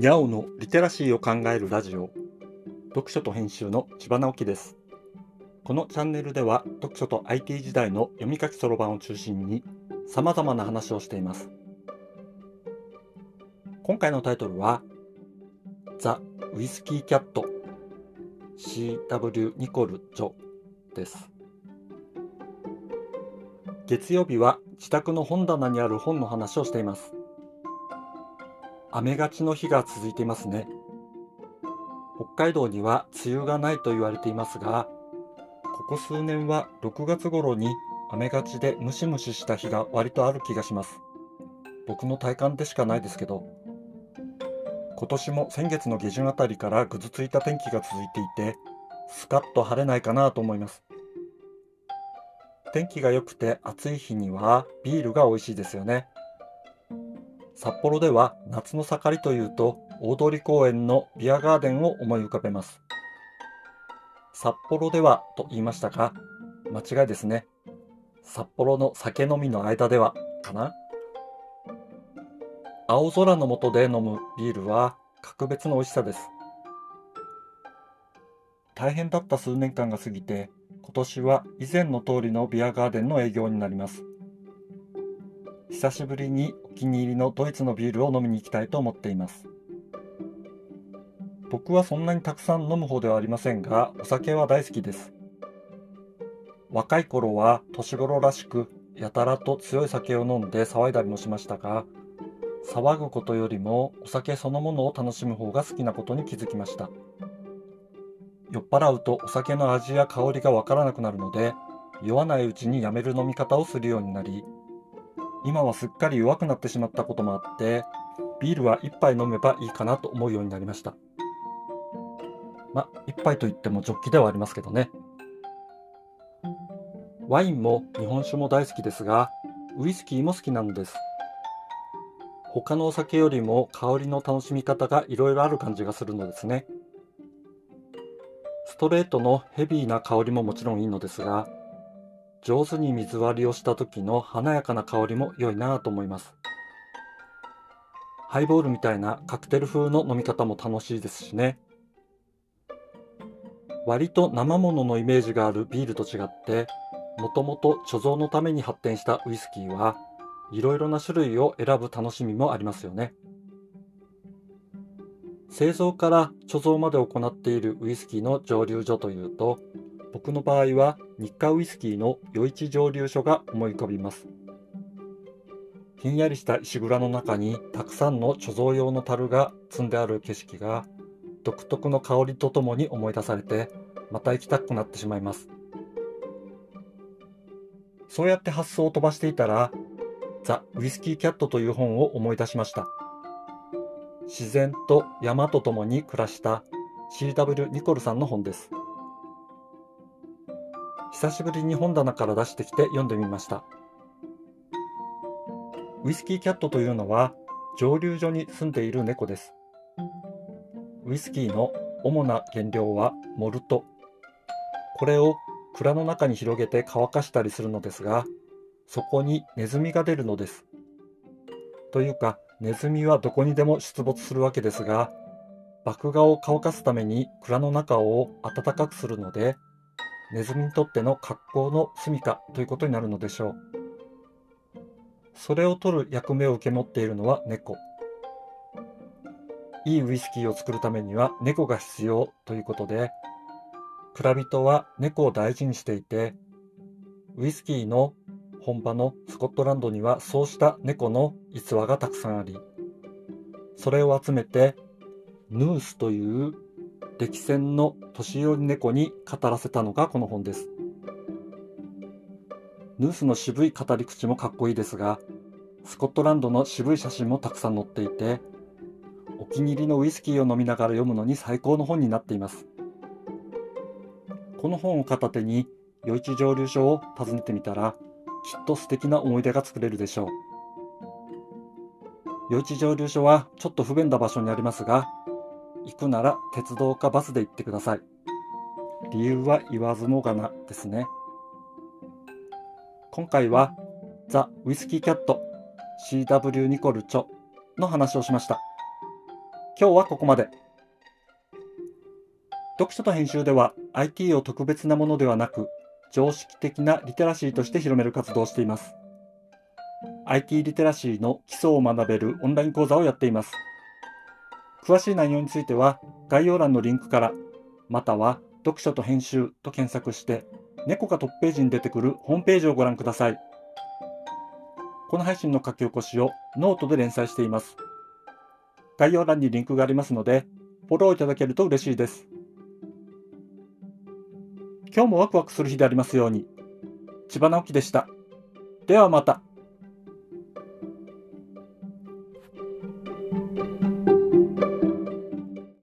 にゃおのリテラシーを考えるラジオ、読書と編集の千葉直樹です。このチャンネルでは読書と IT 時代の読み書きそろばんを中心に様々な話をしています。今回のタイトルはザ・ウイスキーキャット C.W. ニコル・ジョです。月曜日は自宅の本棚にある本の話をしています。雨がちの日が続いていますね。北海道には梅雨がないと言われていますが、ここ数年は6月頃に雨がちでムシムシした日が割とある気がします。僕の体感でしかないですけど、今年も先月の下旬あたりからぐずついた天気が続いていて、スカッと晴れないかなと思います。天気が良くて暑い日にはビールが美味しいですよね。札幌では夏の盛りというと大通公園のビアガーデンを思い浮かべます。札幌ではと言いましたが、間違いですね。札幌の酒飲みの間ではかな。青空の下で飲むビールは格別の美味しさです。大変だった数年間が過ぎて、今年は以前の通りのビアガーデンの営業になります。久しぶりにお気に入りのドイツのビールを飲みに行きたいと思っています。僕はそんなにたくさん飲む方ではありませんが、お酒は大好きです。若い頃は年頃らしく、やたらと強い酒を飲んで騒いだりもしましたが、騒ぐことよりもお酒そのものを楽しむ方が好きなことに気づきました。酔っ払うとお酒の味や香りがわからなくなるので、酔わないうちにやめる飲み方をするようになり、今はすっかり弱くなってしまったこともあって、ビールは一杯飲めばいいかなと思うようになりました。一杯といってもジョッキではありますけどね。ワインも日本酒も大好きですが、ウイスキーも好きなのです。他のお酒よりも香りの楽しみ方がいろいろある感じがするのですね。ストレートのヘビーな香りももちろんいいのですが、上手に水割りをした時の華やかな香りも良いなぁと思います。ハイボールみたいなカクテル風の飲み方も楽しいですしね。割と生もののイメージがあるビールと違って、もともと貯蔵のために発展したウイスキーはいろいろな種類を選ぶ楽しみもありますよね。製造から貯蔵まで行っているウイスキーの蒸留所というと、僕の場合は日課ウイスキーの余市蒸留所が思い浮かびます。ひんやりした石蔵の中にたくさんの貯蔵用の樽が積んである景色が独特の香りとともに思い出されて、また行きたくなってしまいます。そうやって発想を飛ばしていたら、ザ・ウイスキーキャットという本を思い出しました。自然と山とともに暮らした C.W. ニコルさんの本です。久しぶりに本棚から出してきて読んでみました。ウイスキーキャットというのは蒸留所に住んでいる猫です。ウイスキーの主な原料はモルト。これを蔵の中に広げて乾かしたりするのですが、そこにネズミが出るのです。というか、ネズミはどこにでも出没するわけですが、麦芽を乾かすために蔵の中を暖かくするので、ネズミにとっての格好の住処ということになるのでしょう。それを取る役目を受け持っているのは猫。いいウイスキーを作るためには猫が必要ということで、蔵人は猫を大事にしていて、ウイスキーの本場のスコットランドにはそうした猫の逸話がたくさんあり、それを集めてヌースという歴戦の年寄り猫に語らせたのがこの本です。ヌースの渋い語り口もかっこいいですが、スコットランドの渋い写真もたくさん載っていて、お気に入りのウイスキーを飲みながら読むのに最高の本になっています。この本を片手に余市蒸留所を訪ねてみたら、きっと素敵な思い出が作れるでしょう。余市蒸留所はちょっと不便な場所にありますが、行くなら鉄道かバスで行ってください。理由は言わずもがなですね。今回はザ・ウイスキーキャット C.W. ニコル著の話をしました。 今日はここまで。読書と編集では IT を特別なものではなく、常識的なリテラシーとして広める活動をしています。IT リテラシーの基礎を学べるオンライン講座をやっています。詳しい内容については概要欄のリンクから、または読書と編集と検索して、猫がトップページに出てくるホームページをご覧ください。この配信の書き起こしをノートで連載しています。概要欄にリンクがありますので、フォローいただけると嬉しいです。今日もワクワクする日でありますように。千葉直樹でした。ではまた。